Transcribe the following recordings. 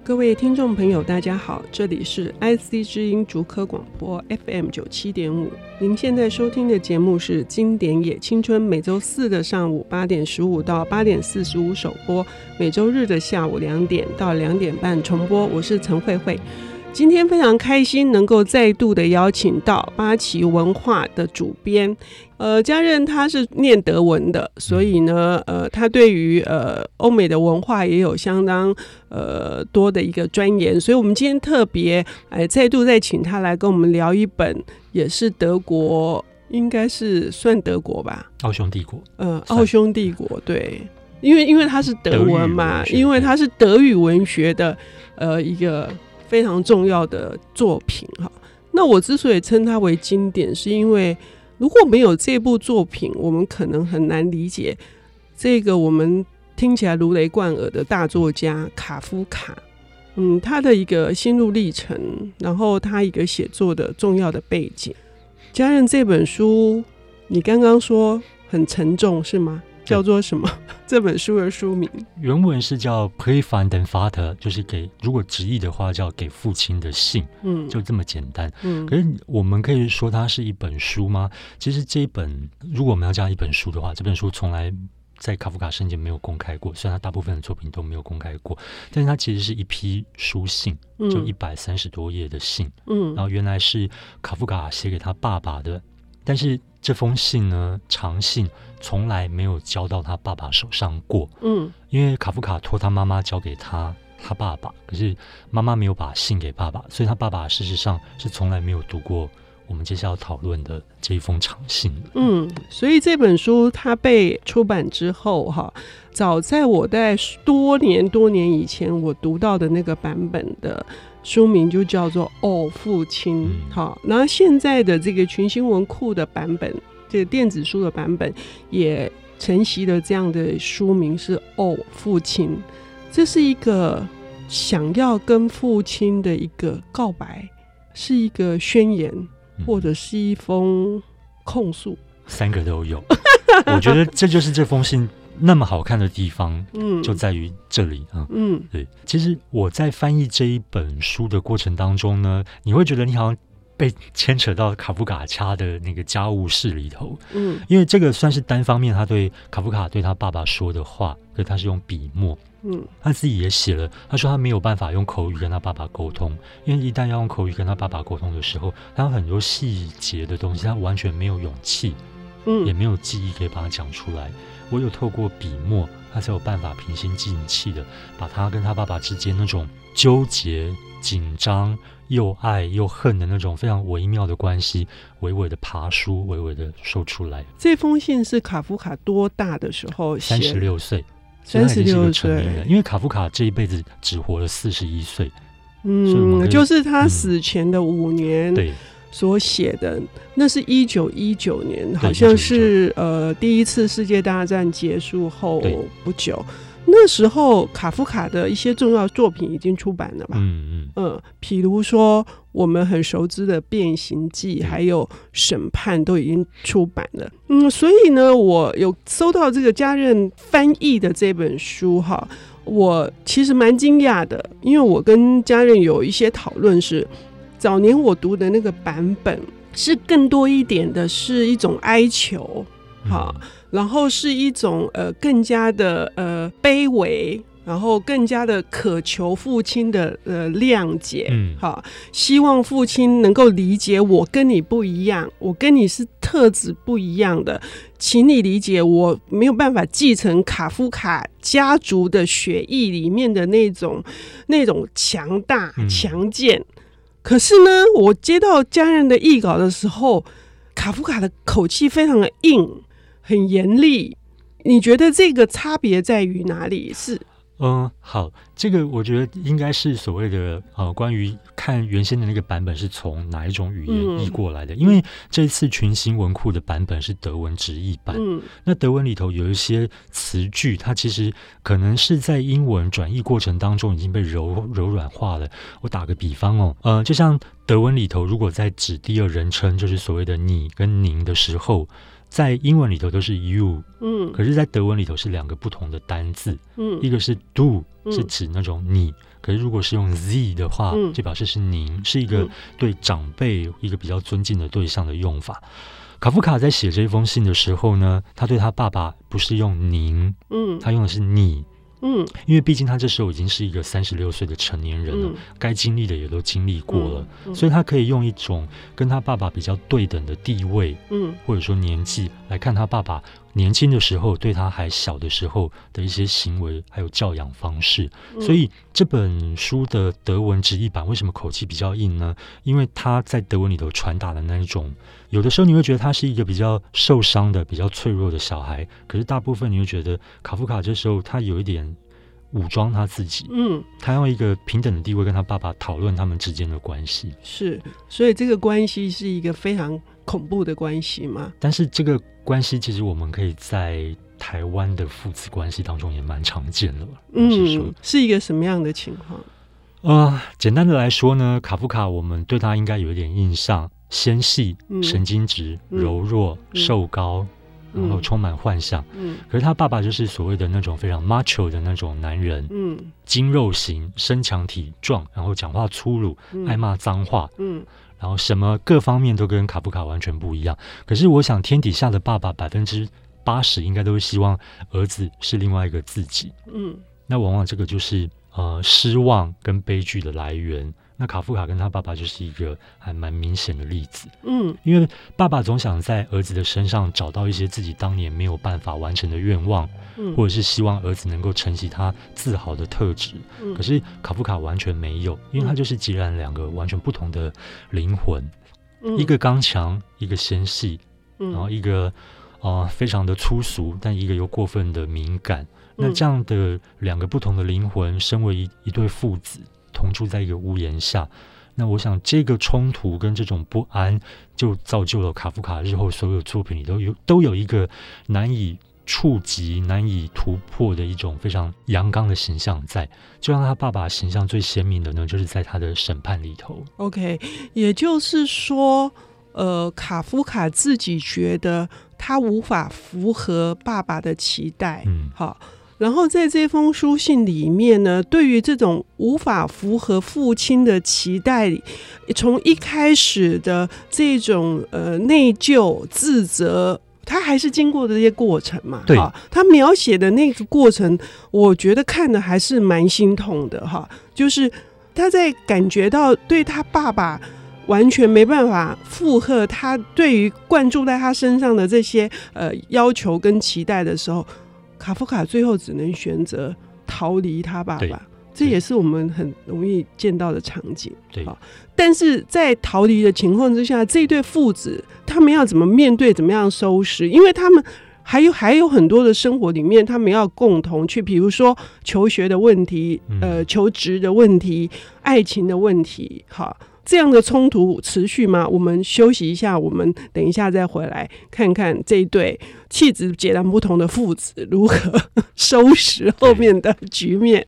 各位听众朋友大家好，这里是 IC 之音竹科广播 FM97.5， 您现在收听的节目是经典也青春，每周四的上午8点15到8点45首播，每周日的下午2点到2点半重播。我是陈慧慧，今天非常开心能够再度的邀请到八旗文化的主编家人，他是念德文的，所以呢他对于欧美的文化也有相当多的一个钻研，所以我们今天特别再度再请他来跟我们聊一本也是德国，应该是算德国吧， 奥匈帝国奥匈帝国，对，因为他是德文嘛，因为他是德语文学的一个非常重要的作品哈。那我之所以称它为经典，是因为如果没有这部作品，我们可能很难理解这个我们听起来如雷贯耳的大作家卡夫卡，他的一个心路历程，然后他一个写作的重要的背景。家人，这本书你刚刚说很沉重是吗？叫做什么？这本书的书名原文是叫 Brief an den Vater， 就是如果直译的话叫给父亲的信，就这么简单。可是我们可以说它是一本书吗？其实这一本，如果我们要叫一本书的话，这本书从来在卡夫卡生前没有公开过，虽然他大部分的作品都没有公开过，但是它其实是一批书信，就130多页的信，然后原来是卡夫卡写给他爸爸的，但是这封信呢，长信从来没有交到他爸爸手上过，因为卡夫卡托他妈妈交给他爸爸，可是妈妈没有把信给爸爸，所以他爸爸事实上是从来没有读过我们接下来要讨论的这一封长信的。 所以这本书它被出版之后哈，早在我在多年以前我读到的那个版本的书名就叫做《父亲》好，然后现在的这个群星文库的版本，这个电子书的版本也承袭了这样的书名是《父亲》，这是一个想要跟父亲的一个告白，是一个宣言，或者是一封控诉， 三个都有。我觉得这就是这封信那么好看的地方，就在于这里啊。对，其实我在翻译这一本书的过程当中呢，你会觉得你好像被牵扯到卡夫卡家的那个家务事里头，因为这个算是单方面他对卡夫卡对他爸爸说的话，可是他是用笔墨。他自己也写了，他说他没有办法用口语跟他爸爸沟通，因为一旦要用口语跟他爸爸沟通的时候，他有很多细节的东西他完全没有勇气，也没有记忆可以把它讲出来，唯有透过笔墨他才有办法平心静气的把他跟他爸爸之间那种纠结紧张又爱又恨的那种非常微妙的关系娓娓的爬书，娓娓的说出来。这封信是卡夫卡多大的时候写的 ？36岁 ，36岁， 因为卡夫卡这一辈子只活了41岁， 就是他死前的5年， 对， 所写的，那是1919年，好像是第一次世界大战结束后不久。那时候卡夫卡的一些重要作品已经出版了吧？譬如说我们很熟知的《变形记》还有《审判》都已经出版了。所以呢，我有收到这个家人翻译的这本书哈，我其实蛮惊讶的，因为我跟家人有一些讨论是，早年我读的那个版本是更多一点的是一种哀求，然后是一种更加的卑微，然后更加的渴求父亲的谅解，希望父亲能够理解我跟你不一样，我跟你是特质不一样的，请你理解我没有办法继承卡夫卡家族的血液里面的那种强大强健。可是呢，我接到家人的译稿的时候，卡夫卡的口气非常的硬，很严厉。你觉得这个差别在于哪里？是好，这个我觉得应该是所谓的关于看原先的那个版本是从哪一种语言译过来的，因为这次群星文库的版本是德文直译版，那德文里头有一些词句它其实可能是在英文转译过程当中已经被柔软化了。我打个比方就像德文里头如果在指第二人称，就是所谓的你跟您的时候，在英文里头都是 you，可是在德文里头是两个不同的单字，一个是 du，是指那种你， 可是如果是用 Z 的话，就表示是您，是一个对长辈一个比较尊敬的对象的用法。卡夫卡在写这封信的时候呢，他对他爸爸不是用您，他用的是你。因为毕竟他这时候已经是一个36岁的成年人了，该经历的也都经历过了，所以他可以用一种跟他爸爸比较对等的地位，或者说年纪来看他爸爸年轻的时候对他还小的时候的一些行为还有教养方式。所以这本书的德文直译版为什么口气比较硬呢？因为他在德文里头传达的那一种，有的时候你会觉得他是一个比较受伤的比较脆弱的小孩，可是大部分你会觉得卡夫卡这时候他有一点武装他自己，他用一个平等的地位跟他爸爸讨论他们之间的关系。 是，所以这个关系是一个非常恐怖的关系吗？ 但是这个关系其实我们可以在台湾的父子关系当中也蛮常见的。 是一个什么样的情况？ 简单的来说呢，卡夫卡我们对他应该有一点印象，纤细、神经质、柔弱、瘦高，然后充满幻想。可是他爸爸就是所谓的那种非常 macho 的那种男人，筋肉型，身强体壮，然后讲话粗鲁，爱骂脏话，然后什么各方面都跟卡夫卡完全不一样。可是我想天底下的爸爸80%应该都会希望儿子是另外一个自己。那往往这个就是失望跟悲剧的来源。那卡夫卡跟他爸爸就是一个还蛮明显的例子。因为爸爸总想在儿子的身上找到一些自己当年没有办法完成的愿望，或者是希望儿子能够承袭他自豪的特质。可是卡夫卡完全没有，因为他就是截然两个完全不同的灵魂，一个刚强，一个纤细，然后一个非常的粗俗，但一个又过分的敏感。那这样的两个不同的灵魂，身为一对父子，同住在一个屋檐下，那我想这个冲突跟这种不安，就造就了卡夫卡日后所有作品里都有一个难以触及、难以突破的一种非常阳刚的形象在。就像他爸爸形象最鲜明的呢，就是在他的审判里头。 OK， 也就是说，卡夫卡自己觉得他无法符合爸爸的期待。好。然后在这封书信里面呢，对于这种无法符合父亲的期待，从一开始的这种内疚、自责，他还是经过这些过程嘛。 对， 他描写的那个过程，我觉得看的还是蛮心痛的哈。就是他在感觉到对他爸爸完全没办法负荷他对于灌注在他身上的这些要求跟期待的时候，卡夫卡最后只能选择逃离他爸爸，这也是我们很容易见到的场景。 对， 但是在逃离的情况之下，这对父子他们要怎么面对，怎么样收拾？因为他们还有很多的生活里面，他们要共同去，比如说求学的问题，求职的问题，爱情的问题，好。这样的冲突持续吗？我们休息一下，我们等一下再回来看看这一对气质截然不同的父子如何收拾后面的局面。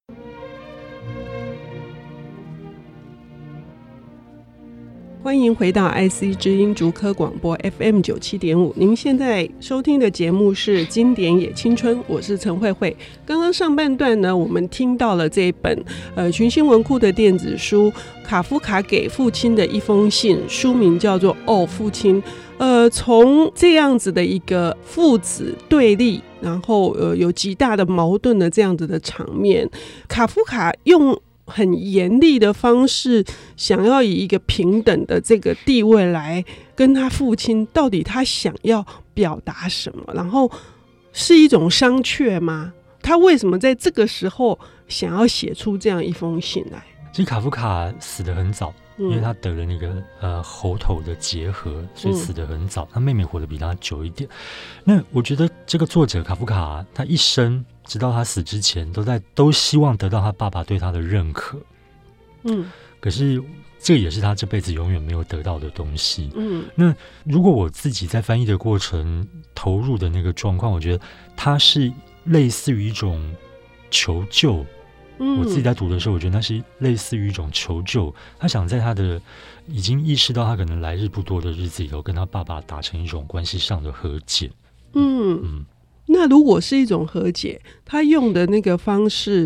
欢迎回到 IC 之音竹科广播 FM 97.5，您现在收听的节目是经典也青春，我是陈慧慧。刚刚上半段呢，我们听到了这一本群星文库的电子书卡夫卡给父亲的一封信，书名叫做哦父亲。从这样子的一个父子对立，然后有极大的矛盾的这样子的场面，卡夫卡用很严厉的方式想要以一个平等的这个地位来跟他父亲到底他想要表达什么，然后是一种商榷吗？他为什么在这个时候想要写出这样一封信来？ 其实卡夫卡死得很早，因为他得了那个喉头的结核，所以死得很早。他妹妹活得比他久一点。那我觉得这个作者卡夫卡他一生直到他死之前都希望得到他爸爸对他的认可。可是这也是他这辈子永远没有得到的东西。那如果我自己在翻译的过程投入的那个状况，我觉得他是类似于一种求救。我自己在读的时候，我觉得那是类似于一种求救。他想在他的已经意识到他可能来日不多的日子里头，跟他爸爸达成一种关系上的和解。那如果是一种和解，他用的那个方式，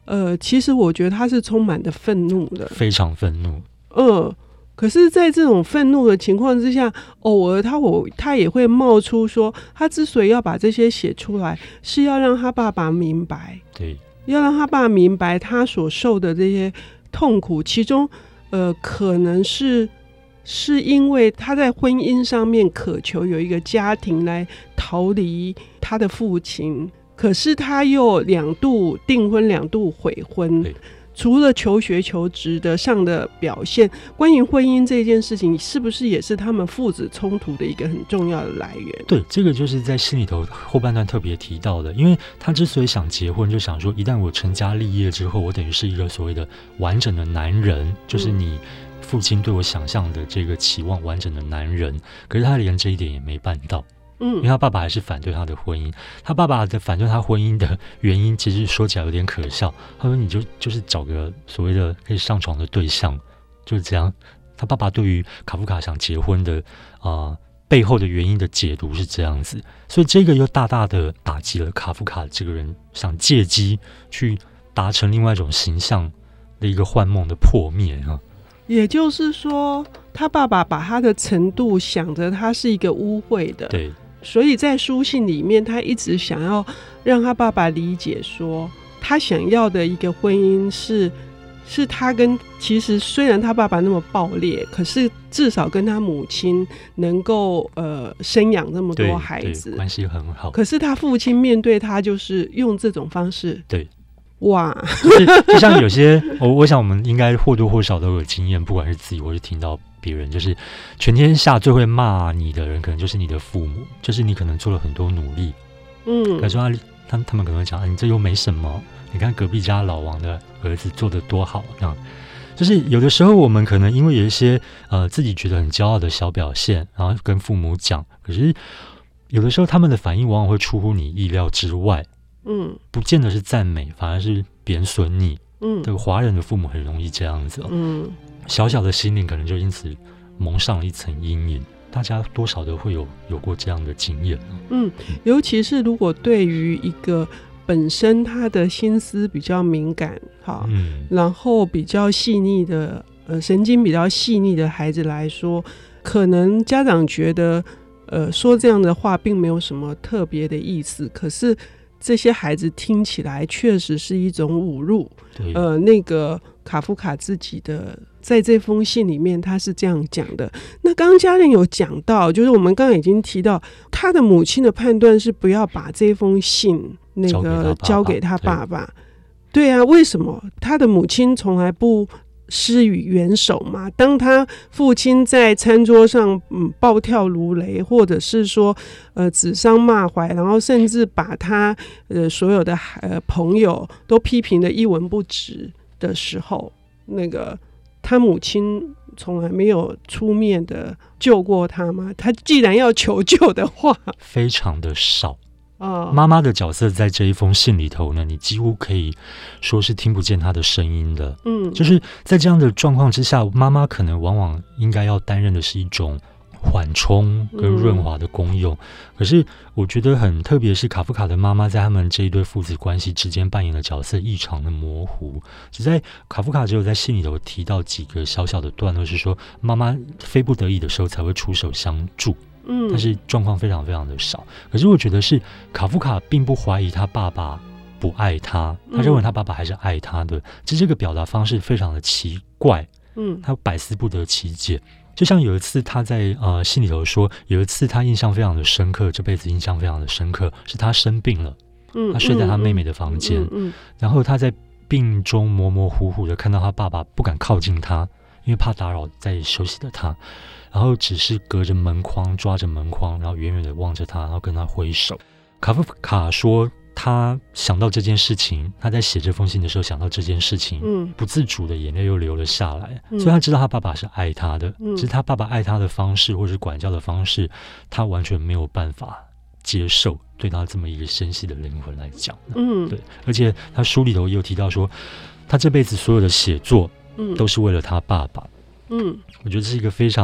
其实我觉得他是充满的愤怒的， 非常愤怒。 可是在这种愤怒的情况之下，偶尔他也会冒出说，他之所以要把这些写出来，是要让他爸爸明白， 对， 要让他爸爸明白他所受的这些痛苦，其中可能是因为他在婚姻上面渴求有一个家庭来逃离他的父亲，可是他又2度订婚2度悔婚，除了求学求职的上的表现，关于婚姻这件事情是不是也是他们父子冲突的一个很重要的来源？ 对，这个就是在信里头后半段特别提到的，因为他之所以想结婚，就想说一旦我成家立业之后，我等于是一个所谓的完整的男人，就是你父亲对我想象的这个期望完整的男人，可是他连这一点也没办到。因为他爸爸还是反对他的婚姻，他爸爸的反对他婚姻的原因其实说起来有点可笑，他说你就是找个所谓的可以上床的对象，就是这样。他爸爸对于卡夫卡想结婚的背后的原因的解读是这样子，所以这个又大大的打击了卡夫卡这个人想借机去达成另外一种形象的一个幻梦的破灭啊。 也就是说，他爸爸把他的程度想着他是一个污秽的， 对。 所以在书信里面，他一直想要让他爸爸理解说，他想要的一个婚姻是他其实虽然他爸爸那么暴烈，可是至少跟他母亲能够生养这么多孩子， 关系很好。 可是他父亲面对他就是用这种方式， 对， 哇， 就像有些我想我们应该或多或少都有经验，不管是自己或是听到别人，就是全天下最会骂你的人可能就是你的父母，就是你可能做了很多努力，可是他们可能会讲，你这又没什么，你看隔壁家老王的儿子做得多好，这样。就是有的时候我们可能因为有一些自己觉得很骄傲的小表现，然后跟父母讲，可是有的时候他们的反应往往会出乎你意料之外，不见得是赞美，反而是贬损你。这个华人的父母很容易这样子，小小的心灵可能就因此蒙上了一层阴影。大家多少都会有过这样的经验。 尤其是如果对于一个本身他的心思比较敏感，然后比较细腻的神经比较细腻的孩子来说，可能家长觉得说这样的话并没有什么特别的意思，可是这些孩子听起来确实是一种侮辱。那个卡夫卡自己的在这封信里面他是这样讲的。那刚刚嘉玲有讲到，就是我们刚刚已经提到他的母亲的判断是不要把这封信那个交给他爸爸。对啊，为什么他的母亲从来不施予援手嘛？当他父亲在餐桌上暴跳如雷，或者是说指桑骂槐，然后甚至把他所有的朋友都批评得一文不值的时候，那个他母亲从来没有出面的救过他吗？他既然要求救的话， 非常的少。妈妈的角色在这一封信里头呢，你几乎可以说是听不见她的声音的。就是在这样的状况之下，妈妈可能往往应该要担任的是一种缓冲跟润滑的功用。可是我觉得很特别是卡夫卡的妈妈在他们这一对父子关系之间扮演的角色异常的模糊。卡夫卡只有在信里头提到几个小小的段落，是说妈妈非不得已的时候才会出手相助。但是状况非常非常的少。可是我觉得是卡夫卡并不怀疑他爸爸不爱他，他认为他爸爸还是爱他的，只是这个表达方式非常的奇怪，他百思不得其解。就像有一次他在信里头说，有一次他印象非常的深刻，这辈子印象非常的深刻，是他生病了，他睡在他妹妹的房间，然后他在病中模模糊糊的看到他爸爸不敢靠近他，因为怕打扰在休息的他，然后只是隔着门框抓着门框，然后远远的望着他，然后跟他挥手。卡夫卡说他想到这件事情，他在写这封信的时候想到这件事情，不自主的眼泪又流了下来，所以他知道他爸爸是爱他的，只是他爸爸爱他的方式或者是管教的方式，他完全没有办法接受，对他这么一个纤细的灵魂来讲。对，而且他书里头也有提到说，他这辈子所有的写作都是为了他爸爸。我觉得这是一个非常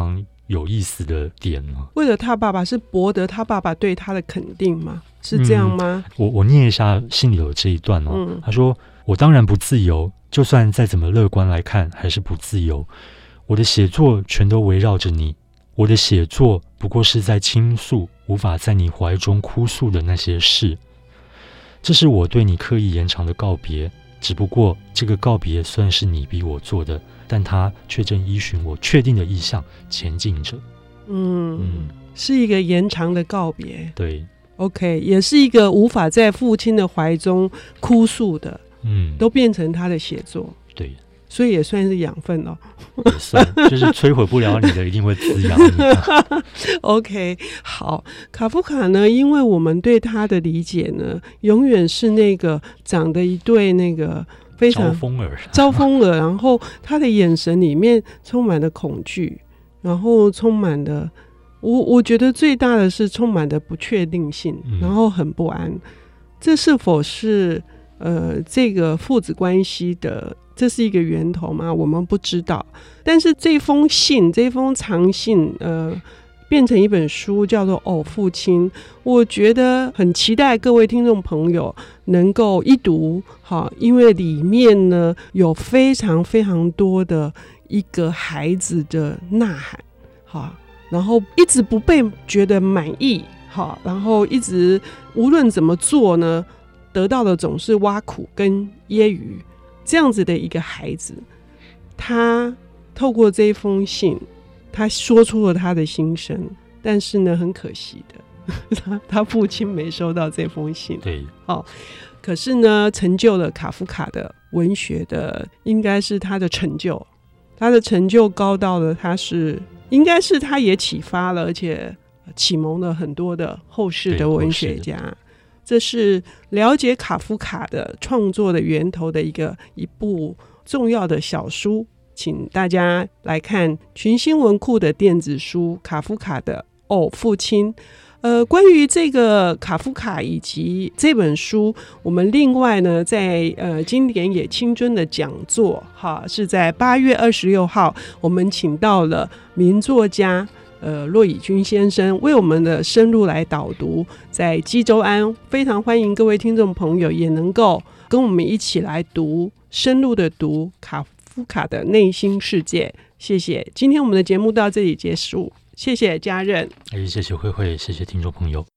有意思的点呢？ 为了他爸爸，是博得他爸爸对他的肯定吗？是这样吗？ 我念一下信里有这一段哦。他说：“我当然不自由，就算再怎么乐观来看，还是不自由。我的写作全都围绕着你，我的写作不过是在倾诉无法在你怀中哭诉的那些事。这是我对你刻意延长的告别，只不过这个告别虽然是你逼我做的，但它却正依循我确定的意向前进着。” 是一个延长的告别。 对。 OK， 也是一个无法在父亲的怀中哭诉的，都变成他的写作。 对， 所以也算是养分哦。 也算，就是摧毁不了你的，一定会滋养你。 OK， 好，卡夫卡呢，因为我们对他的理解呢，永远是那个长得一对那个非常招风耳，然后他的眼神里面充满了恐惧，然后充满了。我觉得最大的是充满的不确定性，然后很不安。这是否是这个父子关系的，这是一个源头吗？我们不知道。但是这封信，这封长信，变成一本书，叫做《哦，父亲》。我觉得很期待各位听众朋友能够一读，好，因为里面呢有非常非常多的一个孩子的呐喊，好。然后一直不被觉得满意，好，然后一直无论怎么做呢，得到的总是挖苦跟揶揄，这样子的一个孩子，他透过这封信，他说出了他的心声，但是呢，很可惜的，他父亲没收到这封信， 对， 可是呢，成就了卡夫卡的文学的，应该是他的成就，他的成就高到了，应该是他也启发了，而且启蒙了很多的后世的文学家。这是了解卡夫卡的创作的源头的一部重要的小书，请大家来看群星文库的电子书《卡夫卡的哦，父亲》。关于这个卡夫卡以及这本书，我们另外呢在经典也青春的讲座是在8月26号，我们请到了名作家骆以军先生为我们的深入来导读，在基州安，非常欢迎各位听众朋友也能够跟我们一起来读，深入的读卡夫卡的内心世界。谢谢，今天我们的节目到这里结束，谢谢家人， 谢谢慧慧，谢谢听众朋友。